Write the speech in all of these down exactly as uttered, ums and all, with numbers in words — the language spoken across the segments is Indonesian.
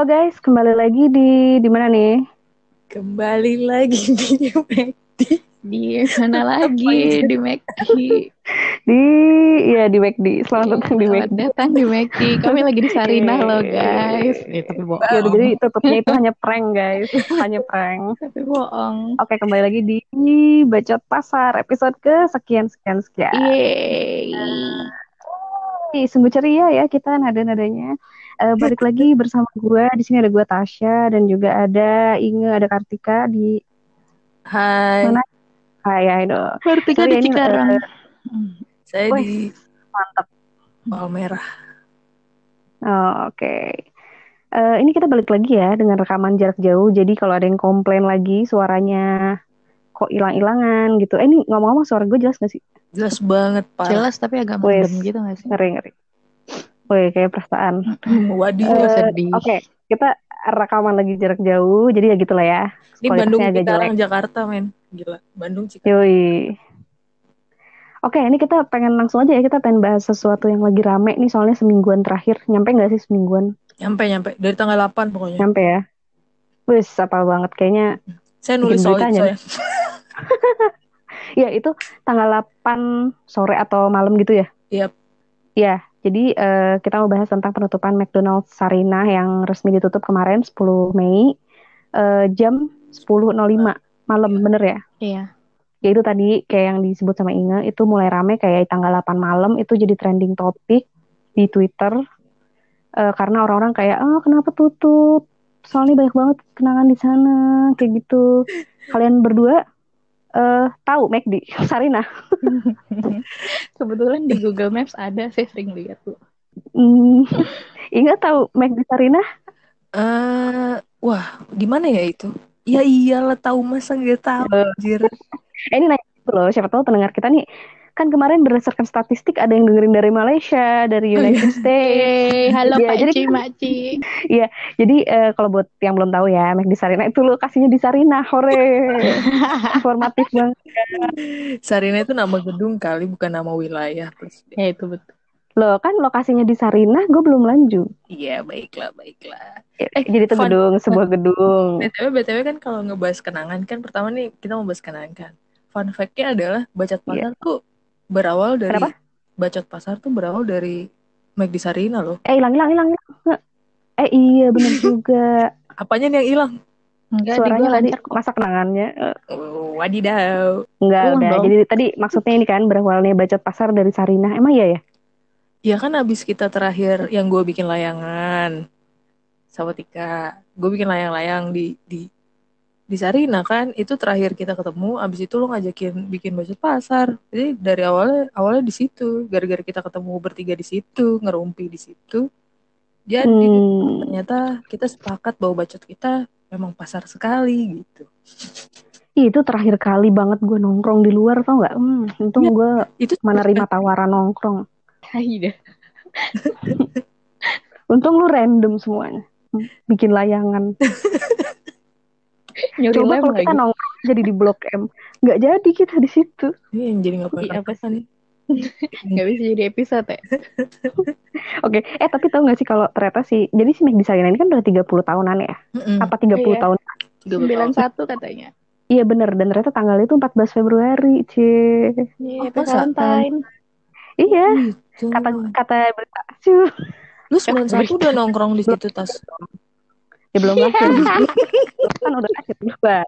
Halo guys, kembali lagi di di mana nih? Kembali lagi di McD. Di mana Tetap lagi? aja. Di McD. Di ya di McD. Selamat Iya, datang di selamat McD. datang di McD. Kami lagi di Sarinah loh guys. Eh, tapi Yeay. Ya udah, bohong. jadi tutupnya itu hanya prank guys, hanya prank. Tapi bohong. Oke, kembali lagi di Bacot Pasar episode ke sekian sekian sekian. Yeay. Ih, sungguh ceria ya kita nada-nadanya. Eh, balik lagi bersama gue. Di sini ada gue Tasya dan juga ada Inge, ada Kartika di Hai, mana? Hai, hai dong. Kartika Sorry di ya, ini Cikarang. eh, Hmm, Saya wes di mantap. Palmerah. Oh, oke. Eh, ini kita balik lagi ya dengan rekaman jarak jauh. Jadi kalau ada yang komplain lagi suaranya kok hilang-hilangan gitu. Eh, ini ngomong-ngomong suara gue jelas gak sih? Jelas banget, parah. Jelas tapi agak Wes, mendem gitu gak sih? ngeri-ngeri. Wih, kayak perasaan. Wadidaw. Eh, Sedih. oke, kita rekaman lagi jarak jauh. Jadi ya gitulah ya. Ini Bandung Kualitasnya agak jelek. Cikarang Jakarta, men. Gila, Bandung Cikarang. Yoi. Oke, ini kita pengen langsung aja ya. Kita pengen bahas sesuatu yang lagi rame nih. Soalnya semingguan terakhir. Nyampe nggak sih semingguan? Nyampe nyampe dari tanggal delapan pokoknya. Nyampe ya. Wis, apa banget. Kayaknya Saya bikin nulis soal berita itu aja. saya. Ya, itu tanggal delapan sore atau malam gitu ya? Iya. Ya, jadi eh, kita mau bahas tentang penutupan McDonald's Sarinah yang resmi ditutup kemarin sepuluh Mei eh, jam sepuluh nol lima malam, bener ya? Iya. Ya itu tadi kayak yang disebut sama Inge, itu mulai rame kayak tanggal delapan malam itu jadi trending topik di Twitter eh, karena orang-orang kayak, oh kenapa tutup? Soalnya banyak banget kenangan di sana, kayak gitu. Kalian berdua eh tahu McD Sarinah? Kebetulan di Google Maps ada, saya sering lihat tuh. Hmm, Inge tahu McD Sarinah? Eh, wah, di mana ya itu? Ya iyalah, tahu masa nggak tahu, Eh, anjir. Eh, ini nanya gitu loh, siapa tahu pendengar kita nih kan kemarin berdasarkan statistik ada yang dengerin dari Malaysia, dari Oh iya. United States. Yeay, halo Ya, Pak jadi Ci, kan, Mak Ci. ya, jadi eh, kalau buat yang belum tahu ya, McD Sarina itu lokasinya di Sarina, hore, informatif banget. Sarina itu nama gedung kali, bukan nama wilayah. Please. Ya itu betul. Loh, kan lokasinya di Sarina, gue belum lanjut. Iya, baiklah, baiklah. Ya, Eh, jadi itu fun. gedung, sebuah gedung. B T W, B T W kan kalau ngebahas kenangan kan, pertama nih kita mau bahas kenangan kan. Fun fact-nya adalah Bacot Iya. Pasar tuh berawal dari, Kenapa? Bacot Pasar tuh berawal dari McD Sarina loh. Eh, hilang, hilang, hilang, hilang. Eh, iya, bener juga. Apanya nih yang hilang? Enggak, di Suaranya gua tadi, lancar kok. masa kenangannya. Eh, Oh, wadidaw. enggak, Ulang udah. dong. Jadi tadi maksudnya ini kan berawalnya Bacot Pasar dari Sarinah. Emang iya ya? Ya kan abis kita terakhir yang gue bikin layangan sama Tika, gue bikin layang-layang di di di Sarina kan, itu terakhir kita ketemu. Abis itu lo ngajakin bikin Bacot Pasar. Jadi dari awalnya awalnya di situ, gara-gara kita ketemu bertiga di situ, ngerumpi di situ. Jadi Hmm. ternyata kita sepakat bahwa bacot kita memang pasar sekali gitu. Ih, itu terakhir kali banget gue nongkrong di luar, tau nggak? Hmm, untung Ya, gue itu menerima tawaran nongkrong. Hai dah. Untung lu random semuanya. Hmm, bikin layangan. Nyuri Coba lem kalau kita lagi. nongkrong jadi di Blok M, nggak jadi kita di situ. Ini yang jadi ngapain Iya, apa apa nih? Nggak bisa jadi episode ya? Oke, eh tapi tau nggak sih kalau ternyata sih, jadi si McD Sarina ini kan udah tiga puluh tahunan ya? Mm-mm. Apa tiga puluh Iya. tahun? sembilan puluh satu katanya. Iya bener, dan ternyata tanggalnya itu empat belas Februari, cie. Iya, Oh, Happy masa? Valentine. Iya, Gitu. kata kata berita, cuy. Lu sembilan puluh satu udah nongkrong di situ, Tas? Ya belum lahir. Kan udah lahir duluan.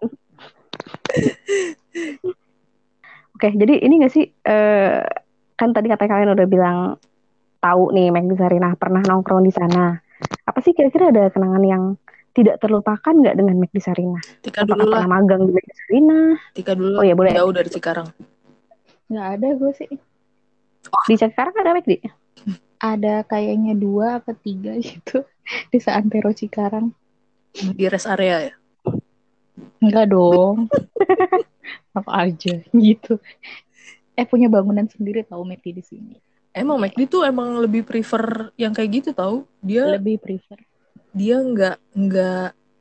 Oke, jadi ini nggak sih, eh, kan tadi kata kalian udah bilang tahu nih McD Sarina pernah nongkrong di sana. Apa sih kira-kira ada kenangan yang tidak terlupakan nggak dengan McD Sarina? Tika Apakah dulu lah. pernah magang di McD Sarina? Tika dulu. Oh ya boleh. Jauh dari Cikarang. Nggak ada gue sih. Di Cikarang ada McD? Ada kayaknya dua apa tiga gitu. Di Santero Cikarang. Di rest area ya? Enggak dong. Apa aja gitu. Eh punya bangunan sendiri tahu McD di sini. Emang McD tuh emang lebih prefer yang kayak gitu tau. Dia Lebih prefer. dia nggak nggak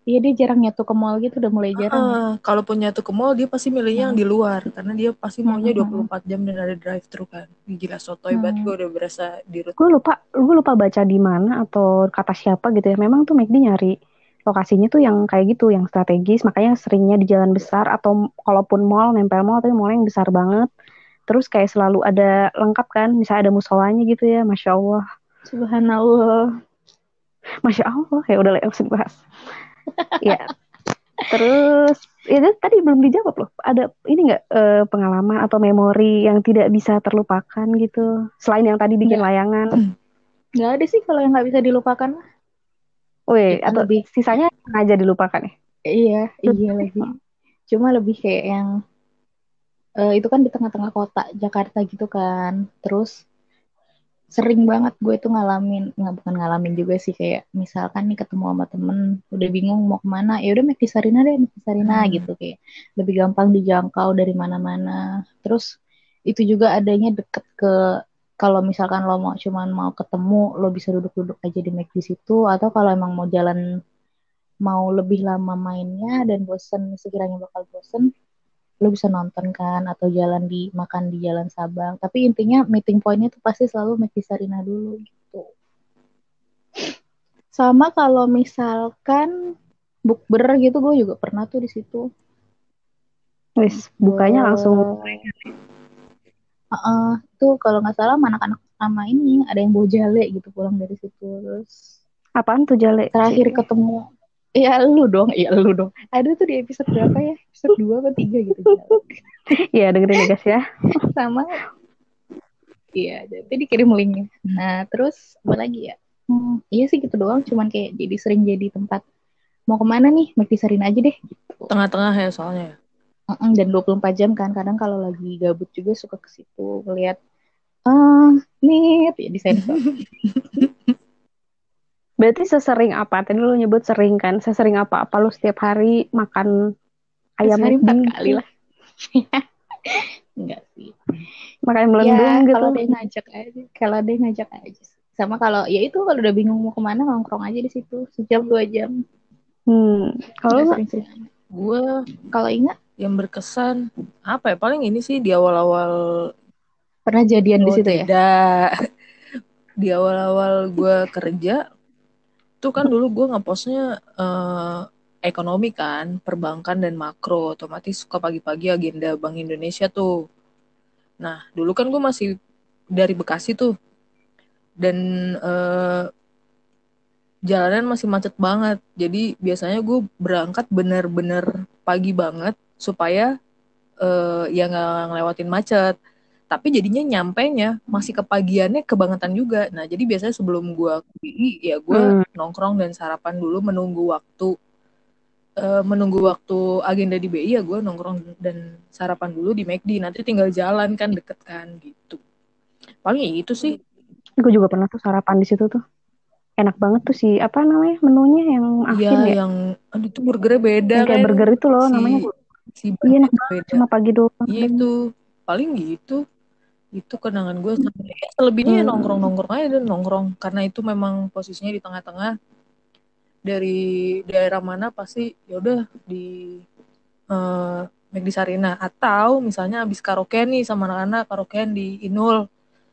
Iya dia jarang nyatu ke mall gitu, udah mulai jarang ya. Ah, kalaupun nyatu ke mall dia pasti milihnya yang Hmm. di luar karena dia pasti maunya Hmm, dua puluh hmm, empat jam dan ada drive thru kan. Gila sotoy banget hmm. gue udah berasa di rut. Gue lupa, gue lupa baca di mana atau kata siapa gitu ya. Memang tuh McD nyari lokasinya tuh yang kayak gitu, yang strategis. Makanya seringnya di jalan besar atau kalaupun mall, nempel mall, tapi mall yang besar banget. Terus kayak selalu ada lengkap kan, misalnya ada musolanya gitu ya, Masya Allah. Subhanallah. Masya Allah, ya udah lah, yang usah dibahas. Ya, terus itu tadi belum dijawab loh. Ada ini nggak eh, pengalaman atau memori yang tidak bisa terlupakan gitu? Selain yang tadi bikin Nggak, layangan. nggak ada sih kalau yang nggak bisa dilupakan. Wih, Kayak atau lebih, sisanya sengaja dilupakan ya? iya, iya lagi. Cuma lebih kayak yang eh, itu kan di tengah-tengah kota Jakarta gitu kan. Terus sering banget gue tuh ngalamin, nggak bukan ngalamin juga sih kayak misalkan nih ketemu sama temen udah bingung mau kemana, ya udah McD Sarina deh, McD Sarina Hmm. gitu kayak lebih gampang dijangkau dari mana-mana. Terus itu juga adanya deket ke kalau misalkan lo mau cuman mau ketemu lo bisa duduk-duduk aja di McD situ, atau kalau emang mau jalan mau lebih lama mainnya dan bosen sekiranya bakal bosen lo bisa nonton kan atau jalan di makan di Jalan Sabang. Tapi intinya meeting pointnya tuh pasti selalu McD Sarina dulu gitu. Sama kalau misalkan bukber gitu gue juga pernah tuh di situ. Wis, bukanya langsung. Be Heeh, tuh kalau nggak salah sama anak-anak sama ini ada yang bawa jale gitu pulang dari situ. Terus Apaan tuh jale? terakhir Cie. ketemu ya lu dong, ya lu dong. Ada tuh di episode berapa ya? Episode dua atau tiga gitu jale. Iya, dengerin ya guys ya. Sama iya, jadi dikirim linknya. Nah, terus apa lagi ya? Hmm, iya sih gitu doang, cuman kayak jadi sering jadi tempat mau kemana nih, McD Sarina aja deh gitu. Tengah-tengah ya soalnya. Mm-mm, dan dua puluh empat jam kan, kadang kalau lagi gabut juga suka ke situ ngeliat ah nih ya disensor. Berarti sesering apa? Tadi lu nyebut sering kan? Sesering apa? Apa lu setiap hari makan ayam Sehari McD empat kali gitu? lah. Enggak sih. Makan Ya melendung gitu? kalau ada yang ngajak aja, kalau ada yang ngajak aja. Sama kalau ya itu kalau udah bingung mau kemana nongkrong aja di situ sejam dua jam. Hmm, kalau Nggak lu nggak? sering-sering amat. Gue Kalau ingat yang berkesan apa ya? Paling ini sih di awal-awal. pernah jadian di Oh situ ya? tidak. Di awal-awal gue kerja tuh kan dulu gue ngepostnya eh, ekonomi kan, perbankan dan makro. Otomatis suka pagi-pagi agenda Bank Indonesia tuh. Nah, dulu kan gue masih dari Bekasi tuh. Dan eh, jalanan masih macet banget. Jadi biasanya gue berangkat bener-bener pagi banget supaya eh, ya nggak ngelewatin macet. Tapi jadinya nyampenya masih kepagiannya kebangetan juga. Nah jadi biasanya sebelum gue ke B I ya gue Hmm. nongkrong dan sarapan dulu menunggu waktu eh, menunggu waktu agenda di B I ya gue nongkrong dan sarapan dulu di McD. Nanti tinggal jalan kan deket kan gitu. Paling itu sih. Gue juga pernah tuh sarapan di situ tuh. Enak banget tuh sih. Apa namanya menunya yang Iya asin ya? yang aduh itu burgernya beda Yang kayak kan burger itu loh si namanya. si Iya bannya enak tuh banget. beda. Cuma pagi doang Iya adanya. itu paling gitu. Itu kenangan gue sampai ya, selebihnya ya Hmm. nongkrong-nongkrong aja dan nongkrong karena itu memang posisinya di tengah-tengah dari daerah mana pasti ya udah di uh, McD Sarina atau misalnya abis karaokean nih sama anak-anak karaokean di Inul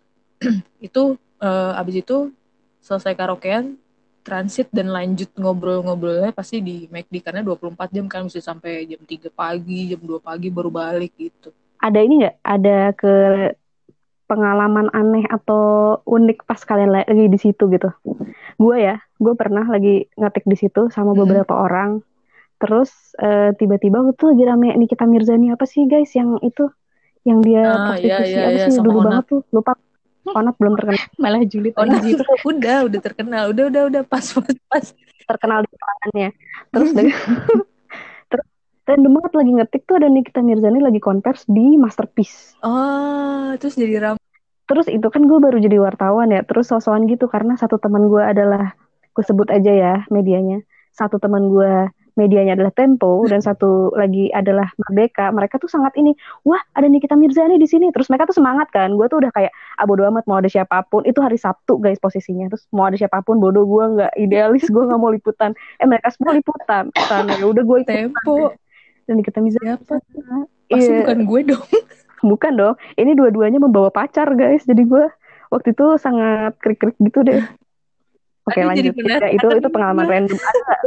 itu uh, abis itu selesai karaokean transit dan lanjut ngobrol-ngobrolnya pasti di McD karena dua puluh empat jam kan bisa sampai jam tiga pagi jam dua pagi baru balik gitu. Ada ini nggak? Ada ke pengalaman aneh atau unik pas kalian lagi di situ gitu? Gue ya, gue pernah lagi ngetik di situ sama Mm-hmm. beberapa orang. Terus eh, tiba-tiba tuh lagi rame Nikita Mirzani apa sih guys yang itu yang dia Ah ya prostitusi ya apa ya sih sama dulu Onat. banget tuh lupa Onat belum terkenal Malah julid Oh, nah, anjir. udah, udah terkenal. Udah, udah, udah pas, pas, pas. terkenal di kalangannya. Terus dengan terus random banget lagi ngetik tuh ada Nikita Mirzani lagi konvers di Masterpiece. Oh, terus jadi ram. Terus itu kan gue baru jadi wartawan ya. Terus sosokan gitu karena satu teman gue adalah gue sebut aja ya medianya. Satu teman gue medianya adalah Tempo dan satu lagi adalah Merdeka, mereka tuh sangat ini, wah ada Nikita Mirzani di sini, terus mereka tuh semangat kan, gue tuh udah kayak ah bodo amat mau ada siapapun, itu hari Sabtu guys posisinya, terus mau ada siapapun bodo, gue nggak idealis, gue nggak mau liputan, eh mereka semua liputan, sana ya udah gue ikutan Tempo. dan Nikita Mirzani Siapa? sana. Pasti Iya. bukan gue dong. Bukan dong, ini dua-duanya membawa pacar guys, jadi gue waktu itu sangat krik-krik gitu deh. Oke Aduh, jadi lanjut ya, itu penasaran itu pengalaman gue. random ada nggak?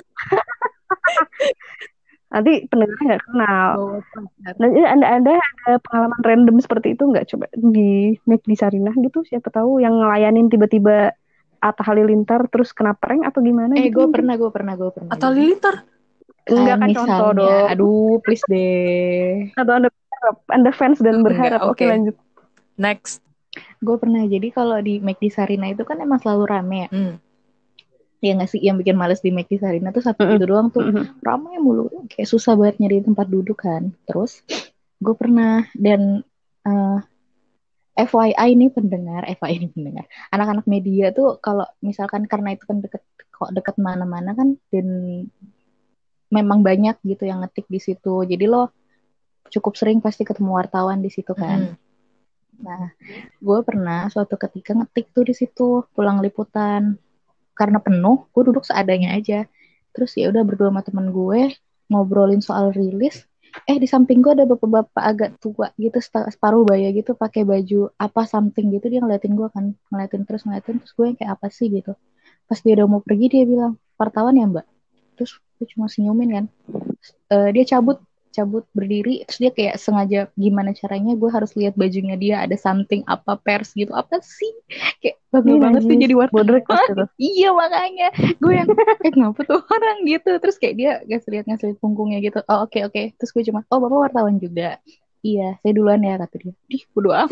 Nanti pendengarnya nggak kenal. Bawa pacar. Nah, anda anda ada pengalaman random seperti itu nggak, coba di make di Sarinah gitu, siapa tahu yang ngelayanin tiba-tiba Atta Halilintar terus kena prank atau gimana Eh, gitu gue mungkin. pernah, gue pernah, gue pernah. Atta Halilintar. Enggak Kan kan contoh misalnya, dong. aduh, please deh. Atau anda berharap, anda fans dan Enggak, berharap. Oke oke. lanjut. Next. Gue pernah, jadi kalau di McD Sarina itu kan emang selalu rame ya. Hmm. Ya nggak sih, yang bikin males di McD Sarina tuh satu Mm-mm. itu doang tuh. Mm-mm. Ramai mulu, kayak susah banget nyari tempat duduk kan. Terus gue pernah, dan eh, F Y I nih pendengar, F Y I nih pendengar, anak-anak media tuh kalau misalkan karena itu kan deket kok deket mana-mana kan, dan memang banyak gitu yang ngetik di situ. Jadi lo cukup sering pasti ketemu wartawan di situ kan. Hmm. Nah, gue pernah suatu ketika ngetik tuh di situ pulang liputan, karena penuh, gue duduk seadanya aja. Terus ya udah berdua sama temen gue ngobrolin soal rilis. Eh di samping gue ada bapak-bapak agak tua gitu, separuh baya gitu, pakai baju apa something gitu, dia ngeliatin gue kan, ngeliatin terus ngeliatin terus gue yang kayak apa sih gitu. Pas dia udah mau pergi dia bilang, wartawan ya mbak. Terus gue cuma senyumin kan. Uh, dia cabut cabut berdiri, terus dia kayak sengaja gimana caranya gue harus lihat bajunya dia ada something apa pers gitu, apa sih, kayak bangga Iya, banget tuh anjing. jadi Bodrek wartawan. gitu. Iya makanya gue yang eh ngapa tuh orang gitu, terus kayak dia ngasih lihat ngasih lihat punggungnya gitu. Oh oke okay, oke okay. Terus gue cuma oh bapak wartawan juga, iya saya duluan ya kata dia. Dih bodo amat.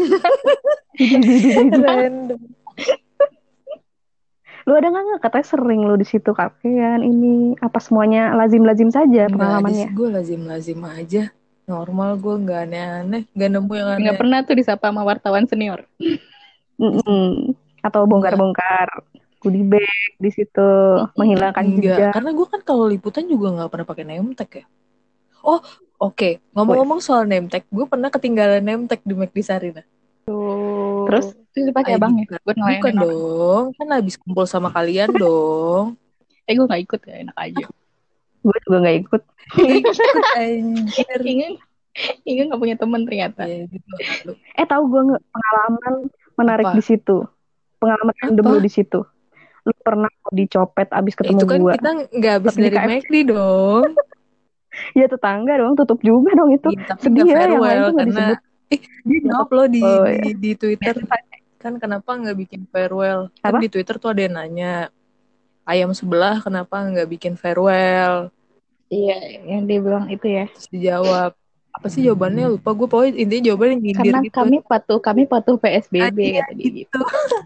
Random. Lu ada nggak, katanya sering lu di situ kakean ini, apa semuanya lazim-lazim saja pengalamannya? Gue lazim-lazim aja, normal, gue nggak aneh-aneh, nggak nemu yang aneh. Nggak pernah tuh disapa sama wartawan senior. Mm-mm. Atau bongkar-bongkar goodie bag di situ, menghilangkan Enggak, jejak. karena gue kan kalau liputan juga nggak pernah pakai name tag ya. Oh oke, okay. Ngomong-ngomong soal name tag, gue pernah ketinggalan name tag di McD Sarina. Tuh. Terus terus dipakai abang ya buat ngelayanin bukan orang. Dong, kan habis kumpul sama kalian dong. Eh gue nggak ikut ya, enak aja. Gue juga nggak ikut. Ikut anjir. Ingin Ingin nggak punya teman ternyata. Ya, gitu. Eh tahu gue nggak pengalaman menarik Apa? di situ, pengalaman random lu di situ. Lu pernah dicopet abis ketemu itu kan gue. Kita nggak abis dari McD dong. Ya tetangga dong, tutup juga dong itu. Ya, tapi sedih ya, yang lain tuh nggak karena disebut. Eh, dia jawab lo di, oh, di, ya. di Twitter kan kenapa nggak bikin farewell? Kan Apa? di Twitter tuh ada yang nanya ayam sebelah kenapa nggak bikin farewell? Iya, yang dia bilang itu ya. Terus dijawab apa sih jawabannya, lupa gue, pokoknya intinya jawabannya nyindir karena gitu. kami patuh kami patuh P S B B Aja, kata dia gitu.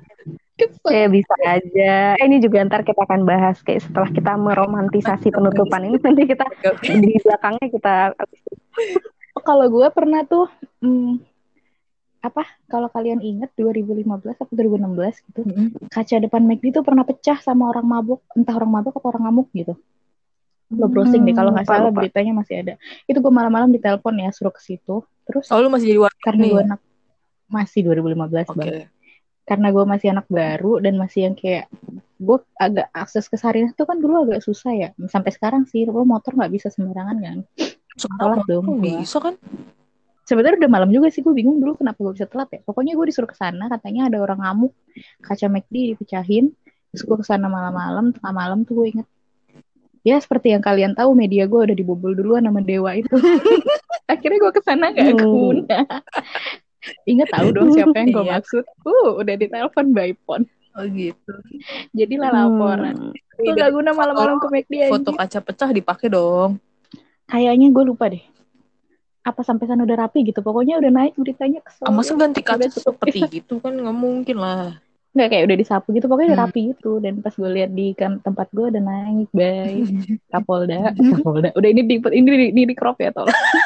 Ya bisa aja. Eh, ini juga ntar kita akan bahas kayak setelah kita meromantisasi penutupan ini, nanti kita di belakangnya kita. Kalau gue pernah tuh hmm, apa kalau kalian ingat dua ribu lima belas atau dua ribu enam belas gitu, mm-hmm. kaca depan McD tuh pernah pecah sama orang mabuk, entah orang mabuk atau orang ngamuk gitu. Lo browsing deh kalau nggak salah lupa. Beritanya masih ada. Itu gue malam-malam ditelepon ya, suruh ke situ. Terus oh, lu masih jadi warga karena nih? Gue anak masih dua ribu lima belas okay. banget. Karena gue masih anak baru dan masih yang kayak gue agak akses ke Sarinah tuh kan dulu agak susah ya. Sampai sekarang sih lo motor nggak bisa sembarangan kan. Sekolah dong bisa kan? Sebenarnya udah malam juga sih, gue bingung dulu kenapa gue bisa telat ya. Pokoknya gue disuruh ke sana, katanya ada orang ngamuk, kaca McD dipecahin. Terus gue kesana malam-malam, tengah malam tuh gue inget. Ya seperti yang kalian tahu, media gue udah dibobol duluan sama Dewa itu. Akhirnya gue kesana gak guna. Ingat tahu dong siapa yang gue maksud. Uh, udah ditelepon by phone. Oh gitu. Jadilah laporan. Hmm. Gue gak guna malam-malam ke McD aja. Foto kaca pecah dipakai dong. Kayaknya gue lupa deh. Apa sampai sana udah rapi gitu. Pokoknya udah naik beritanya, kesel. Ah, masa ganti kaca seperti gitu kan gak mungkin lah. Nggak, kayak udah disapu gitu, pokoknya udah rapi gitu. Dan pas gue lihat di kan, tempat gue udah naik, bye. Kapolda, Kapolda. Udah ini di ini di, ini di crop ya, tolong.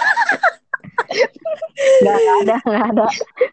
Nggak ada, nggak ada.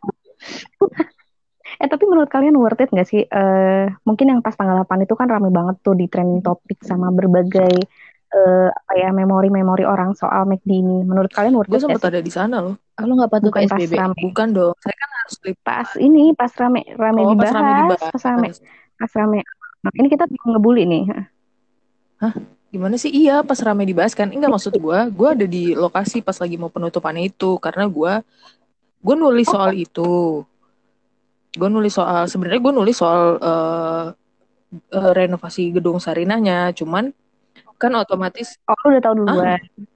Eh tapi menurut kalian worth it nggak sih? Uh, mungkin yang pas tanggal delapan itu kan rame banget tuh di trending topik sama berbagai uh, apa ya memori-memori orang soal McD ini. Menurut kalian worth Gue it gak sempat sih? ada di sana loh. Ah, lu nggak patuh Bukan pas P S B B? rame. Bukan dong. Saya kan harus Pas lipat. ini, pas rame rame Oh, pas rame dibahas, pas rame, dibahas. pas rame. Nah, ini kita ngebully nih. Hah? Gimana sih? Iya, pas rame dibahas kan. Enggak, maksud gue, gue ada di lokasi pas lagi mau penutupan itu. Karena gue, gue nulis Oh, soal itu. Gue nulis soal, sebenarnya gue nulis soal uh, uh, renovasi gedung Sarinahnya. Cuman kan otomatis oh lu udah tahu ah, duluan.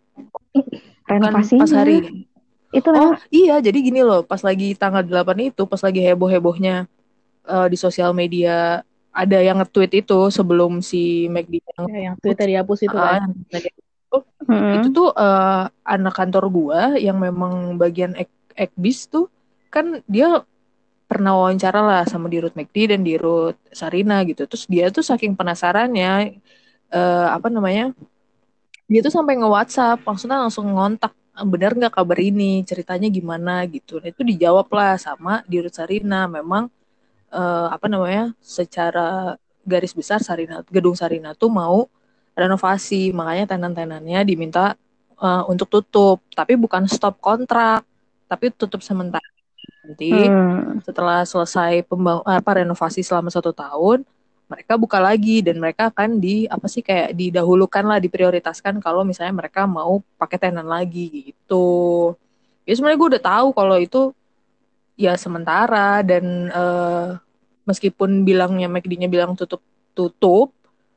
kan pas Renovasinya. hari. Itu Oh memang iya, jadi gini loh, pas lagi tanggal delapan itu, pas lagi heboh-hebohnya uh, di sosial media, ada yang nge-tweet itu sebelum si McD yang Ya, yang Twitter dihapus itu uh, kan. itu, itu hmm. tuh uh, anak kantor gua yang memang bagian ek- ekbis tuh, kan dia pernah wawancara lah sama di Rut McD dan di Rut Sarina gitu. Terus dia tuh saking penasarannya, uh, apa namanya, dia tuh sampai nge-WhatsApp, maksudnya langsung ngontak, benar nggak kabar ini, ceritanya gimana gitu. Nah, itu dijawab lah sama Dirut Sarina, memang eh, apa namanya, secara garis besar Sarina, gedung Sarina tuh mau renovasi, makanya tenan-tenannya diminta eh, untuk tutup, tapi bukan stop kontrak, tapi tutup sementara. Nanti Hmm. setelah selesai pembang apa renovasi selama satu tahun, mereka buka lagi dan mereka akan di apa sih kayak didahulukan lah, diprioritaskan kalau misalnya mereka mau pakai tenan lagi gitu. Ya sebenarnya gue udah tahu kalau itu ya sementara dan eh, meskipun bilangnya McD-nya bilang tutup tutup,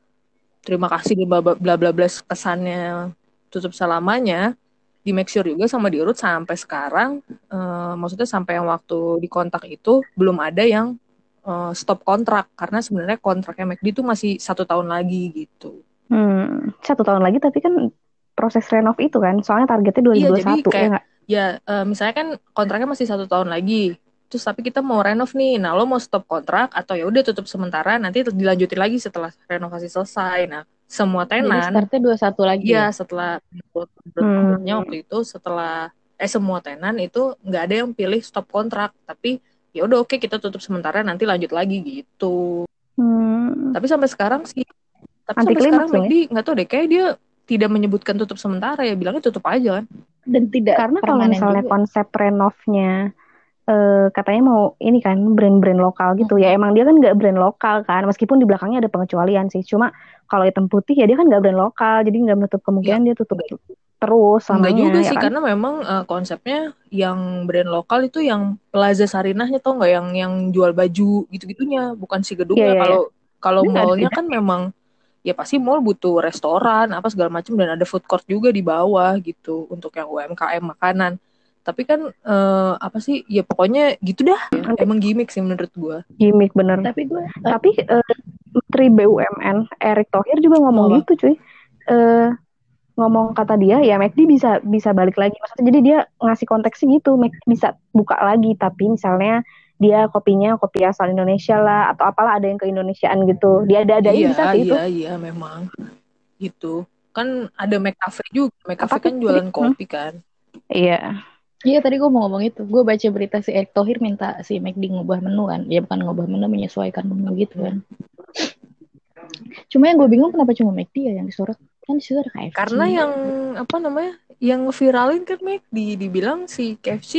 terima kasih dan bla bla bla bla kesannya tutup selamanya, di make sure juga sama diurut sampai sekarang, eh, maksudnya sampai yang waktu di kontak itu belum ada yang eh, stop kontrak karena sebenarnya kontraknya McD itu masih satu tahun lagi gitu. Hmm. Satu tahun lagi tapi kan proses renov itu kan, soalnya targetnya Iya, dua ribu dua puluh jadi satu ya kayak nggak? ya eh, misalnya kan kontraknya masih satu tahun lagi. Terus tapi kita mau renov nih. Nah, lo mau stop kontrak atau ya udah tutup sementara nanti dilanjutin lagi setelah renovasi selesai. Nah, semua Jadi tenan startnya dua puluh satu lagi iya ya. setelah menurut menurutnya Hmm. waktu itu setelah eh semua tenan itu nggak ada yang pilih stop kontrak, tapi ya udah oke kita tutup sementara nanti lanjut lagi gitu. Hmm. Tapi sampai sekarang sih, tapi Anti sampai sekarang klimaks dong ya. McD nggak tahu deh, kayak dia tidak menyebutkan tutup sementara ya, bilangnya tutup aja kan. Dan tidak Karena kalau permanen misalnya juga. konsep renovnya eh, katanya mau ini kan brand-brand lokal gitu ya, Mm-mm. emang dia kan nggak brand lokal kan, meskipun di belakangnya ada pengecualian sih, cuma kalau hitam putih ya dia kan nggak brand lokal, jadi nggak menutup Ya kemungkinan dia tutup enggak, terus enggak samanya juga ya sih kan. karena memang eh, konsepnya yang brand lokal itu yang Plaza Sarinahnya, tau nggak, yang yang jual baju gitu-gitunya, bukan si Iya gedungnya. iya iya, Kalau kalau dia nggak ada mallnya beda. kan memang ya pasti mall butuh restoran apa segala macam dan ada food court juga di bawah gitu untuk yang U M K M makanan. Tapi kan eh, apa sih ya pokoknya gitu dah. Ya, Nanti emang gimmick sih menurut gue. gimmick bener. Tapi gue Tapi eh, Menteri B U M N Erick Thohir juga ngomong Mau apa? gitu cuy. Eh, ngomong kata dia ya McD bisa bisa balik lagi, maksudnya jadi dia ngasih konteksnya gitu, McD bisa buka lagi tapi misalnya dia kopinya kopi asal Indonesia lah atau apalah, ada yang keindonesiaan gitu, dia ada-adain Iya, bisa sih itu. iya, iya memang gitu. Kan ada McCafe juga. Apa McCafe tuh kan tadi? jualan Hmm? kopi kan. Iya. Iya tadi gue mau ngomong itu. Gue baca berita si Erick Thohir minta si McD ngubah menu kan. Ya bukan ngubah menu, menyesuaikan menu gitu kan. Cuma yang gue bingung kenapa cuma McD ya yang disorot. Kan di situ ada K F C. Karena yang apa namanya, yang viralin kan McD, dibilang si K F C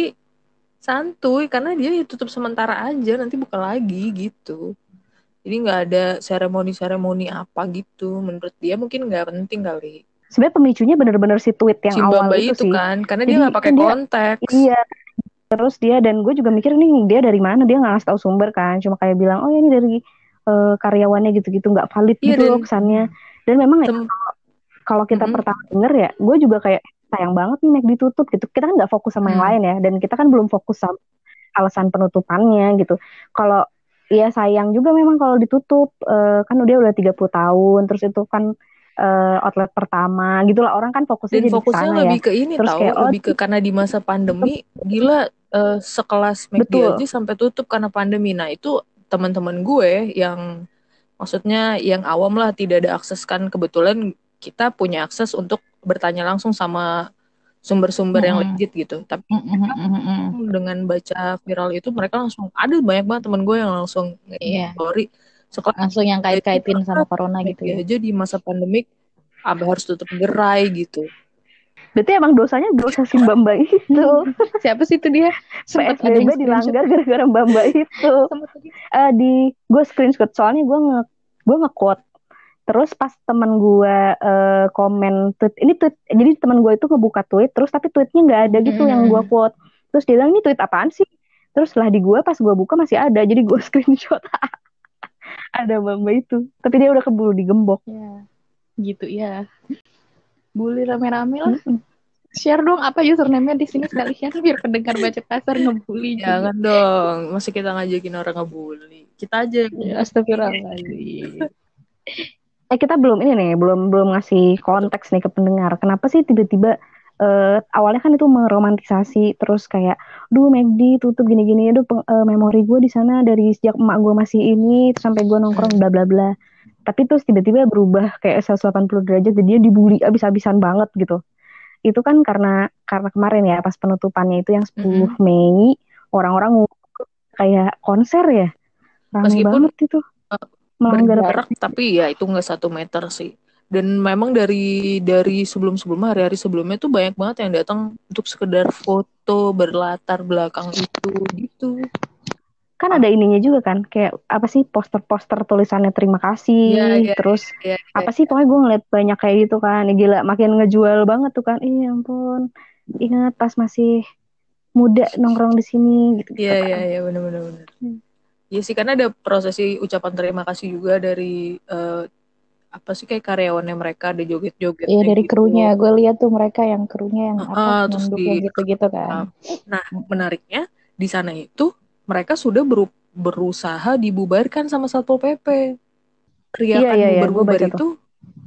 santuy karena dia tutup sementara aja, nanti buka lagi gitu. Jadi nggak ada seremoni-seremoni apa gitu. Menurut dia mungkin nggak penting kali. Sebenarnya pemicunya bener-bener si tweet yang awal Cimbamba itu itu sih. kan, karena dia Jadi nggak pakai kan dia, konteks. iya, terus dia, dan gue juga mikir nih dia dari mana, dia nggak ngasih tahu sumber kan, cuma kayak bilang oh ya ini dari uh, karyawannya gitu-gitu, nggak valid Iya gitu dan loh kesannya. Dan memang ya sem- kalau kita mm-mm. pertama denger ya, gue juga kayak sayang banget nih McD ditutup gitu. Kita kan nggak fokus sama yang Hmm. lain ya, dan kita kan belum fokus sama alasan penutupannya gitu. Kalau ya sayang juga memang kalau ditutup, uh, kan dia udah tiga puluh tahun, terus itu kan uh, outlet pertama gitu lah, orang kan fokusnya Dan jadi ke fokusnya sana ya. lebih ke ini Terus tahu, kayak oh lebih ke karena di masa pandemi, gila eh, sekelas McD betul. aja sampai tutup karena pandemi. Nah itu teman-teman gue yang maksudnya yang awam lah, tidak ada akses kan, kebetulan kita punya akses untuk bertanya langsung sama sumber-sumber yang Mm-mm. legit gitu. Tapi Mm-mm, mm-mm. dengan baca viral itu mereka langsung, ada banyak banget teman gue yang langsung Iya. story sekelas Langsung yang McD aja kait-kaitin sama tutup. corona gitu McD ya. aja di masa pandemik sampai harus tutup gerai gitu. Berarti emang dosanya dosa si Mbak Mbak itu. Siapa sih itu dia? Sempat ada yang P S B B dilanggar gara-gara Mbak Mbak itu. uh, di gue screenshot soalnya gue nge gue nge-quote. Terus pas teman gue uh, komen tweet ini tweet, jadi teman gue itu ngebuka tweet, terus tapi tweetnya nggak ada gitu hmm. yang gue quote. Terus dia bilang ini tweet apaan sih? Terus setelah di gue pas gue buka masih ada, jadi gue screenshot. Ada Mbak Mbak itu, tapi dia udah keburu digembok. Ya, gitu ya. Bully rame-rame lah. Mm-hmm. Share dong apa username-nya di sini sekalian biar pendengar baca kasar ngebully. Jangan juga. Dong, masih kita ngajakin orang ngebully. Kita aja. Ya, astagfirullahaladzim. Eh kita belum ini nih, belum belum ngasih konteks nih ke pendengar. Kenapa sih tiba-tiba uh, awalnya kan itu meromantisasi, terus kayak, duh McD tutup gini-gini, aduh peng, uh, memori gue di sana dari sejak emak gue masih ini, terus sampai gue nongkrong bla bla bla. Tapi terus tiba-tiba berubah kayak seratus delapan puluh derajat, jadi dia dibully abis-abisan banget gitu. Itu kan karena karena kemarin ya pas penutupannya itu yang sepuluh mm-hmm. Mei, orang-orang kayak konser ya, ramai meskipun banget itu. Melanggar berjarak, tapi ya itu nggak satu meter sih. Dan memang dari dari sebelum-sebelumnya, hari-hari sebelumnya tuh banyak banget yang datang untuk sekedar foto berlatar belakang itu gitu. Kan ada ininya juga kan, kayak apa sih poster-poster tulisannya terima kasih, ya, ya, terus ya, ya, ya, apa sih pokoknya gue ngeliat banyak kayak gitu kan, gila makin ngejual banget tuh kan, iya ampun, ingat pas masih muda nongkrong di sini gitu. Iya iya iya benar-benar benar. Hmm. Ya sih karena ada prosesi ucapan terima kasih juga dari uh, apa sih kayak karyawannya mereka ada joget-joget. Iya dari gitu. Krunya, gue lihat tuh mereka yang krunya yang uh, apa terus di gitu-gitu kan. Nah menariknya di sana itu mereka sudah beru- berusaha dibubarkan sama Satpol P P. Teriakan iya, iya, bubar-bubar iya, itu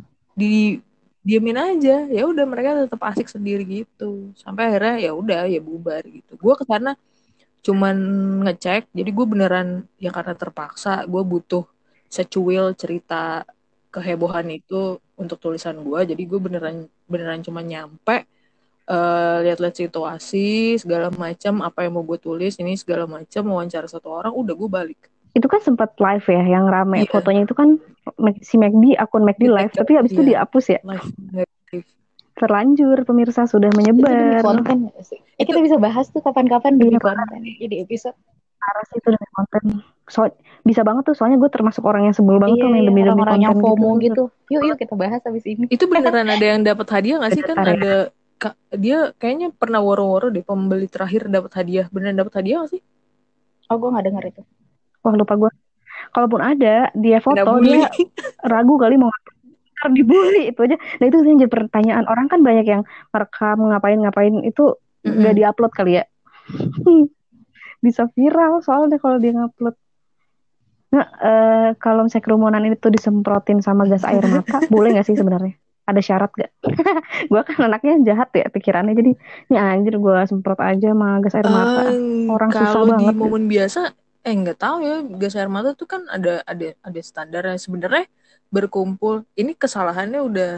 di diamin aja, ya udah mereka tetap asik sendiri gitu. Sampai akhirnya ya udah ya bubar gitu. Gue kesana cuman ngecek, jadi gue beneran ya karena terpaksa gue butuh secuil cerita kehebohan itu untuk tulisan gue, jadi gue beneran beneran cuma nyampe uh, lihat-lihat situasi segala macam apa yang mau gue tulis ini segala macam, wawancara satu orang, udah gue balik. Itu kan sempat live ya yang rame, yeah. Fotonya itu kan si McD, akun McD live, yeah. Tapi habis yeah. itu dihapus ya. Live. Terlanjur pemirsa sudah menyebar. Itu konten sih. Eh kita bisa bahas tuh kapan-kapan demi konten jadi episode. Harus itu demi konten. So, bisa banget tuh soalnya gue termasuk orang yang sebel banget iya, tuh main demi demi konten yang FOMO gitu. gitu. Yuk yuk kita bahas habis ini. Itu beneran ada yang dapat hadiah nggak sih kan ada ka, dia kayaknya pernah woro-woro deh pembeli terakhir dapat hadiah. Beneran dapat hadiah nggak sih? Oh gue nggak dengar itu. Wah lupa gue. Kalaupun ada dia foto dia ragu kali mau dibully itu aja. Nah itu yang jadi pertanyaan, orang kan banyak yang merekam ngapain-ngapain itu nggak mm-hmm. diupload kali ya. Bisa viral soalnya kalau dia ngupload. Nah uh, kalau misalnya kerumunan itu disemprotin sama gas air mata boleh nggak sih sebenarnya? Ada syarat gak? Gue kan anaknya jahat ya pikirannya, jadi ini anjir gue semprot aja sama gas air mata. Uh, orang susah banget. Kalau di momen biasa eh nggak tahu ya, gas air mata tuh kan ada ada ada standarnya sebenarnya. Berkumpul ini kesalahannya udah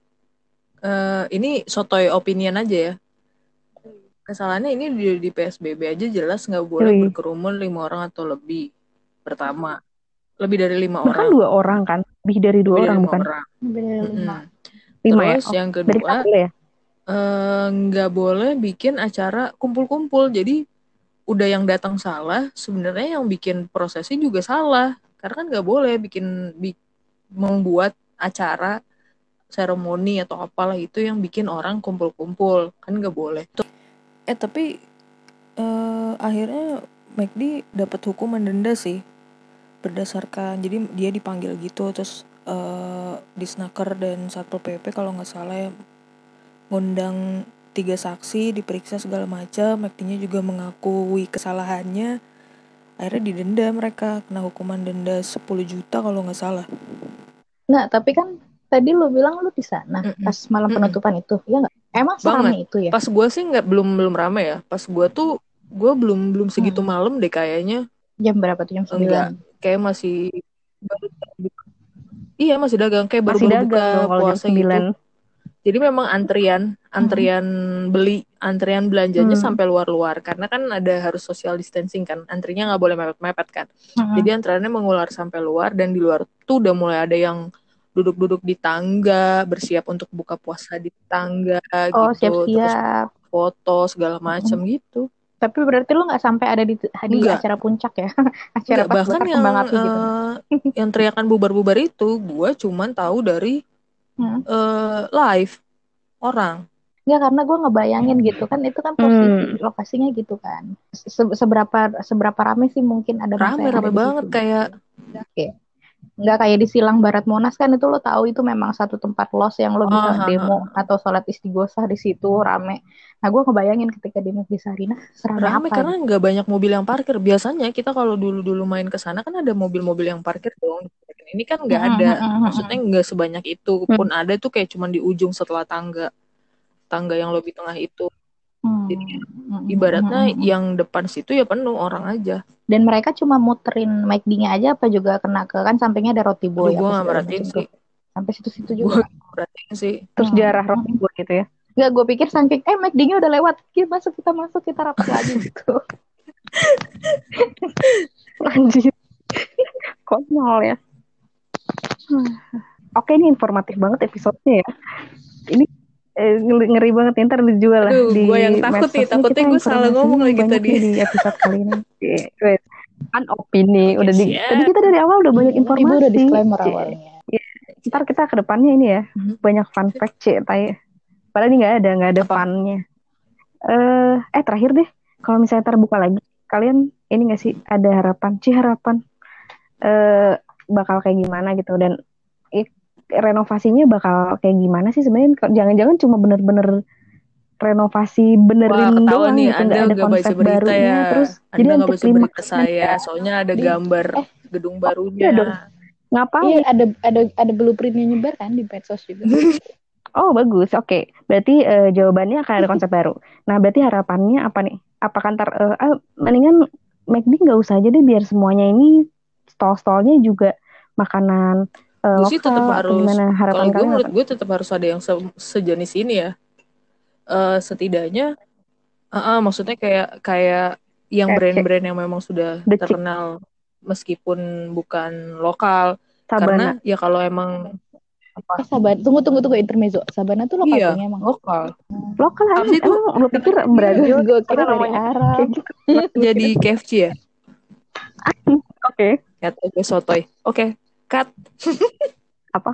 uh, ini sotoy opinion aja ya, kesalahannya ini di, di P S B B aja jelas nggak boleh Ui. berkerumun lima orang atau lebih. Pertama lebih dari lima bahkan orang dua orang kan lebih dari dua lebih orang dari bukan orang. Lebih dari lima. Mm-hmm. Lima terus ya? Oh, yang kedua nggak uh, boleh bikin acara kumpul-kumpul, jadi udah yang datang salah sebenarnya yang bikin prosesi juga salah karena kan nggak boleh bikin bi- membuat acara seremoni atau apalah itu yang bikin orang kumpul-kumpul, kan nggak boleh. Eh tapi uh, akhirnya McD dapat hukuman denda sih berdasarkan, jadi dia dipanggil gitu terus uh, Disnaker dan Satpol P P kalau nggak salah ya ngundang tiga saksi diperiksa segala macam, McD-nya juga mengakui kesalahannya. Akhirnya didenda mereka, kena hukuman denda sepuluh juta kalau nggak salah. Nah, tapi kan tadi lu bilang lu di sana Mm-mm. pas malam penutupan Mm-mm. itu, ya nggak? Emang serame itu ya? Pas gue sih nggak belum belum rame ya. Pas gue tuh gue belum belum segitu hmm. malam deh kayaknya. Jam berapa tuh, jam sembilan? Enggak, kayak masih baru iya masih dagang kayak baru baru buka puasa gitu. Jadi memang antrian antrian hmm. beli antrian belanjanya hmm. sampai luar-luar karena kan ada harus social distancing kan, antrinya nggak boleh mepet-mepet kan. Hmm. Jadi antriannya mengular sampai luar dan di luar tuh udah mulai ada yang duduk-duduk di tangga, bersiap untuk buka puasa di tangga Oh, gitu, terus siap-siap. foto segala macam gitu. Tapi berarti lu nggak sampai ada di, di Enggak, acara puncak ya? Acara enggak. pas Bahkan bakar yang kembang api gitu. eh, yang teriakan bubar-bubar itu, gue cuman tahu dari Hmm. eh, live orang. Nggak, karena gue ngebayangin gitu kan, itu kan posisi Hmm. lokasinya gitu kan. Se- seberapa seberapa rame sih mungkin ada masa yang ada Rame-rame di banget situ. kayak Oke. Nggak kayak di Silang Barat Monas kan, itu lo tahu itu memang satu tempat los yang lo oh, bisa ha, ha. demo atau sholat istighosah di situ rame. Nah gue ngebayangin ketika di Masjid Sarina serame Rame apa karena gitu. nggak banyak mobil yang parkir. Biasanya kita kalau dulu-dulu main ke sana kan ada mobil-mobil yang parkir dong. Ini kan nggak ada. Maksudnya nggak sebanyak itu. Pun Hmm. ada tuh kayak cuman di ujung setelah tangga. Tangga yang lobi tengah itu. Jadi ibaratnya yang depan situ ya penuh orang aja. Dan mereka cuma muterin McD-nya aja apa juga kena ke, kan sampingnya ada roti boy Aduh, gue apa nggak segala merhatiin macam tuh. sih. Sampai situ-situ Gue juga. nggak merhatiin sih. Terus Hmm. diarah roti buat gitu ya. Nggak, gue pikir saking eh McD-nya udah lewat, kita masuk kita masuk kita rapat lagi gitu. Lanjut. Konyol ya. Oke, ini informatif banget episodenya ya. Ini eh, ngeri, ngeri banget nih, ntar dijual lah Aduh, di gue yang takut nih. medsos. Ini Takutnya kita gue salah ngomong informasinya lagi banyak tadi. nih di episode kali ini. Oke, wait. Kan opini Oke, udah di siap. tadi kita dari awal udah banyak Ibu informasi. udah disclaimer Cie. awalnya. Ya, ntar kita ke depannya ini ya Mhm. banyak fun fact cie, tay. Padahal ini nggak ada nggak ada Apa? funnya. Eh, eh terakhir deh, kalau misalnya terbuka lagi, kalian ini nggak sih ada harapan, sih harapan eh bakal kayak gimana gitu dan i- renovasinya bakal kayak gimana sih sebenarnya? Jangan-jangan cuma bener-bener renovasi Wah, benerin ketahuan doang nih, gitu, Anda nggak ada nggak baca konsep berita barunya, ya. terus jadi Anda nggak anti baca berita klimaks saya. kan? Soalnya ada Di- gambar eh gedung Iya barunya. dong, ngapain? iya, ada ada ada blueprintnya nyebar kan di medsos juga. Oh bagus, oke. Berarti eh, jawabannya akan ada konsep baru. Nah berarti harapannya apa nih? Apakah ntar eh, ah, mendingan McD nggak usah aja deh biar semuanya ini stall-stallnya juga makanan eh, Gue sih tetap lokal atau harus, gimana? kalau Harapan gue kalian menurut apa? gue tetap harus ada yang se- sejenis ini ya. Eh, setidaknya, ah, ah, maksudnya kayak kayak yang K F C, brand-brand yang memang sudah The Chick, terkenal meskipun bukan lokal. Sabana. Karena ya kalau emang apa? Eh Sabana, tunggu tunggu tunggu intermezzo. Sabana tuh lokal Iya, punya emang. lokal. Lokal emang, Habis itu emang lo pikir Brazil Gue kira apa dari namanya? Arab. Kayak gitu. jadi K F C ya? Oke, Ya, gue sotoy. Oke, cut. apa?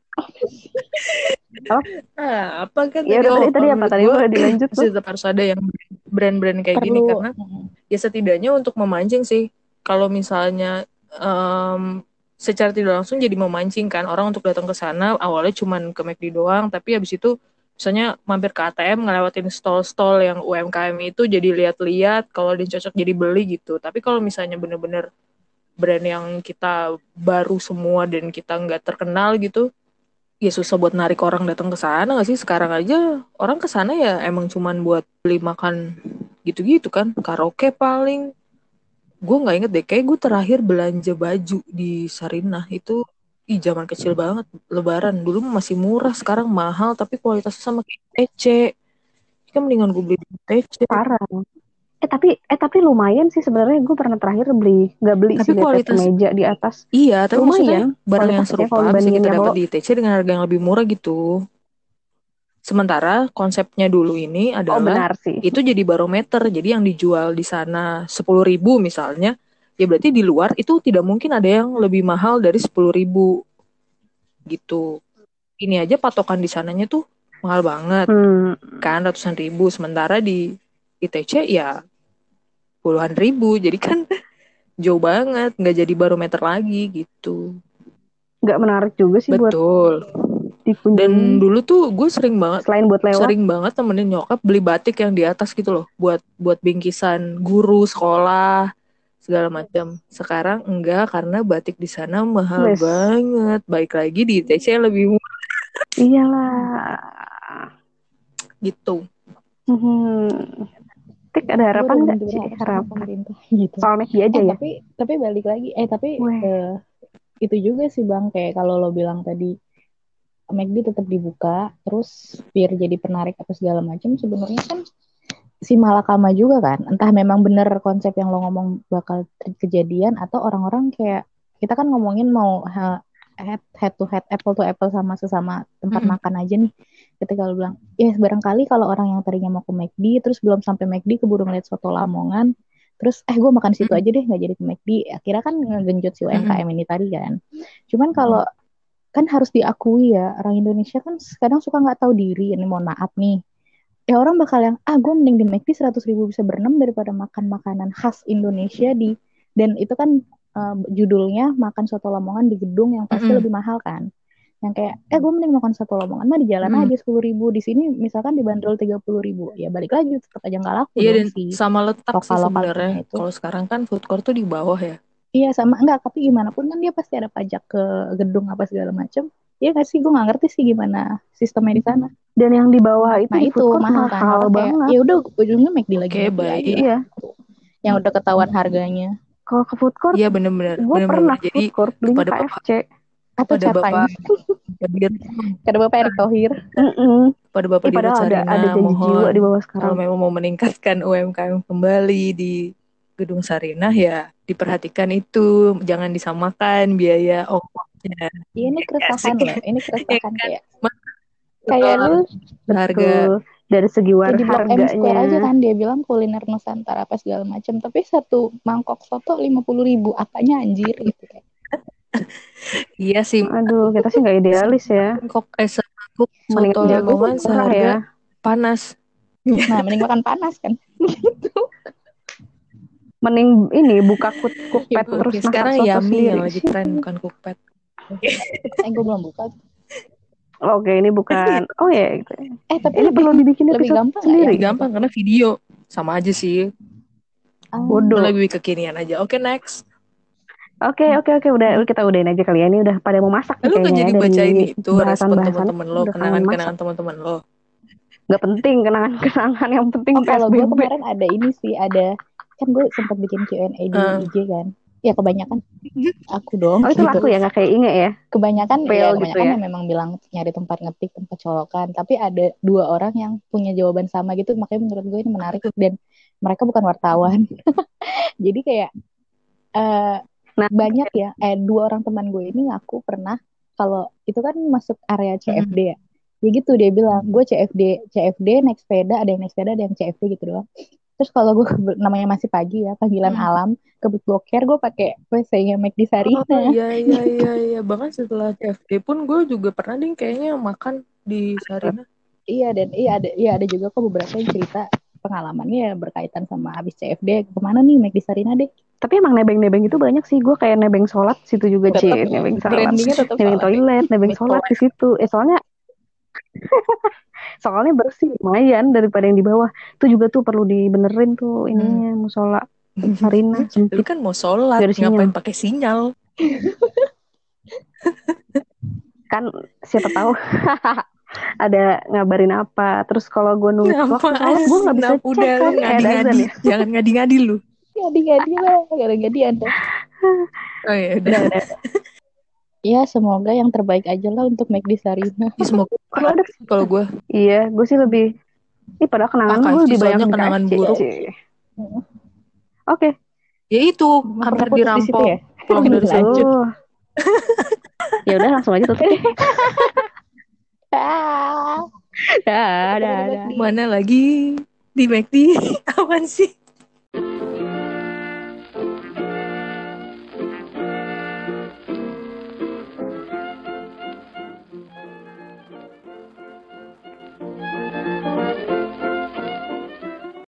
Apa? Ah, apa kan Ya tadi? udah Oh, tadi tadi kalau apa? menurut Tadi gue boleh dilanjut masih tuh. tetap harus ada yang brand-brand kayak gini Perlu. karena ya setidaknya untuk memancing sih. Kalau misalnya em, secara tidak langsung jadi memancing kan orang untuk datang ke sana awalnya cuman ke McD doang, tapi habis itu misalnya mampir ke A T M ngelewatin stall-stall yang U M K M itu jadi lihat-lihat kalau ada yang cocok jadi beli gitu. Tapi kalau misalnya bener-bener brand yang kita baru semua dan kita nggak terkenal gitu, ya susah buat narik orang datang ke sana nggak sih? Sekarang aja orang ke sana ya emang cuman buat beli makan gitu-gitu kan, karaoke paling. Gue nggak inget deh, kayak gue terakhir belanja baju di Sarinah itu ih zaman kecil banget, Lebaran dulu masih murah, sekarang mahal tapi kualitasnya sama kayak T C. Kan mendingan gue beli di T C. Parah. Eh tapi eh tapi lumayan sih sebenarnya. Gue pernah terakhir beli nggak beli Tapi sih lihat kualitas kemeja di atas. iya, tapi maksudnya Lumayan barang yang kualitasnya kalau serupa bisa dibandingin kita yang dapat lo. di T C dengan harga yang lebih murah gitu. Sementara konsepnya dulu ini Oh adalah benar sih. itu jadi barometer. Jadi yang dijual di sana sepuluh ribu misalnya, ya berarti di luar itu tidak mungkin ada yang lebih mahal dari sepuluh ribu gitu. Ini aja patokan di sananya tuh mahal banget. Hmm. Kan ratusan ribu. Sementara di I T C ya puluhan ribu. Jadi kan jauh banget. Nggak jadi barometer lagi gitu. Nggak menarik juga sih buat Betul. dikunjungi. Dan dulu tuh gue sering banget Selain buat lewat. sering banget temenin nyokap beli batik yang di atas gitu loh, buat buat bingkisan guru sekolah segala macam. Sekarang enggak karena batik di sana mahal Wes. banget. Baik lagi di I T C lebih murah Iyalah. gitu. Hmm. Tik ada harapan nggak sih? Harapan. Pemerintah gitu. Soal McD aja eh, ya. Tapi tapi balik lagi, eh tapi Weh. eh, itu juga sih Bang, kayak kalau lo bilang tadi McD tetap dibuka, terus biar jadi penarik atau segala macam, sebenarnya kan si malakama juga kan. Entah memang bener konsep yang lo ngomong bakal kejadian atau orang-orang kayak kita kan ngomongin mau ha, head, head to head, apple to apple sama sesama tempat Mm-mm. makan aja nih. Ketika lu bilang, ya barangkali kalau orang yang tadinya mau ke McD, terus belum sampai McD keburu ngeliat soto Lamongan, terus eh gue makan situ Mm-mm. aja deh, nggak jadi ke McD. Akhirnya kan ngegenjot si U M K M Mm-mm. ini tadi kan. Cuman kalau kan harus diakui ya, orang Indonesia kan kadang suka nggak tahu diri. Ini mohon maaf nih. Ya orang bakal yang, ah gue mending di McD seratus ribu bisa berenam daripada makan makanan khas Indonesia di, dan itu kan uh, judulnya makan soto Lamongan di gedung yang pasti Mm-mm. lebih mahal kan. Yang kayak, eh gue mending makan soto Lamongan mah di jalan Mm-mm. aja sepuluh ribu. Di sini misalkan dibanderol tiga puluh ribu. Ya balik lagi, tetap aja nggak laku Iya, dong dan si sama letak sih lokal-lokal sebenarnya. punya itu. Kalau sekarang kan food court tuh di bawah ya. Iya sama, enggak, tapi gimana pun kan dia pasti ada pajak ke gedung apa segala macam. Iya nggak sih, gue nggak ngerti sih gimana sistemnya di sana. Dan yang di bawah itu Nah di itu food court mahal kan, mahal maka kayak banget. ya udah ujungnya McD lagi Oke, McD aja baik. lah. Iya. Yang udah ketahuan harganya. Kalau ke food court, Iya, bener-bener. gue Bener-bener. pernah ke Jadi food court belinya kepada K F Bapak, C. Atau kepada Bapak Chatime. Dir, Kada Bapak Erick Thohir. Mm-mm. kepada Bapak Ih, Dirut padahal ada Sarina, ada janji jiwa mohon di bawah kalau sekarang. memang mau meningkatkan U M K M kembali di gedung Sarinah ya diperhatikan itu, jangan disamakan biaya ongkosnya. Iya ini keresahan Asik. loh, ini Ya keresahan kan? kayak kayak lu Harga. Betul. Dari segi war kayak di Blok M Square aja harganya. kan dia bilang kuliner Nusantara apa segala macam, tapi satu mangkok soto lima puluh ribu, apanya anjir gitu kayak. Iya sih, Aduh, kita sih nggak idealis ya. kok eh semangkuk Mending soto aja Lamongan murah seharga ya. panas. Nah mending makan panas kan. Gitu. Mending ini buka kut cookpad Ibu. terus Oke, masak sekarang soto Yami sendiri. yang lagi tren, bukan Cookpad. Eh gue belum buka. Oke, ini bukan. Oh ya, gitu. Eh tapi Ini lebih perlu dibikin lebih episode gampang nggak sendiri. yang Lebih gampang karena video sama aja sih. Ah, Bodoh. Lebih kekinian aja. Oke, next. Oke, oke, oke, udah kita udahin aja kali ya. Ini udah pada mau masak nih Lu gak kayaknya jadi ya dari bacain itu respon bahasan-bahasan teman-teman lo, udah kangen kenangan-kenangan masak. teman-teman lo. Gak penting kenangan-kenangan, yang penting oh kalau gue P S B B. kemarin ada ini sih, ada kan gue sempat bikin Q and A di Uh. I G kan. Ya kebanyakan aku dong. Oh itu gitu. laku ya, nggak kayak Inge ya? Kebanyakan Fail ya gitu kebanyakan ya? yang memang bilang nyari tempat ngetik, tempat colokan, tapi ada dua orang yang punya jawaban sama gitu, makanya menurut gue ini menarik dan mereka bukan wartawan. Jadi kayak uh, Nah, banyak ya, eh dua orang teman gue ini ngaku pernah kalau itu kan masuk area C F D ya. Ya gitu dia bilang, gue C F D, C F D naik sepeda, ada yang naik sepeda, ada yang C F D gitu doang. Terus kalau gue namanya masih pagi ya, panggilan Hmm. alam, kebut boker gue pakai W C-nya McD Sarina. Oh iya iya iya iya, bahkan setelah C F D pun gue juga pernah ding kayaknya makan di Sarina. Iya dan iya ada iya ada juga kok beberapa yang cerita pengalamannya berkaitan sama habis C F D kemana nih McD Sarina deh. tapi emang nebeng-nebeng itu banyak sih. Gue kayak nebeng sholat situ juga, Tetep, Ci. Nebeng sholat, brandingnya tetap nebeng sholat. toilet, nebeng sholat di situ. Eh soalnya soalnya bersih lumayan daripada yang di bawah. Itu juga tuh perlu dibenerin tuh ininya, musola Sarina Lu sempit. kan mau sholat, Biar sinyal. ngapain pakai sinyal? Kan siapa tahu ada ngabarin apa. Terus kalau gue nunggu waktu sholat, gue nggak bisa cek Udah lu kan kayak ada azan ngadi-ngadi, ya. jangan ngadi-ngadi lu. Ngadi-ngadi lah, ngadi-ngadi ada. Oh ya udah. Udah, udah. Ya semoga yang terbaik aja lah untuk McD Sarina. Ya, semoga Kalau ada kalau gue. Iya, gue sih lebih. Ih, padahal kenangan Ah, gue lebih banyak soalnya di kenangan K F C. buruk. Oke. Ya itu Mau hampir pernah putus di situ dirampok. ya? Pulang dari Lanjut. lanjut. Ya udah langsung aja tutup. Ah. Dah, dah, dah. Mana lagi di McD? Apaan sih?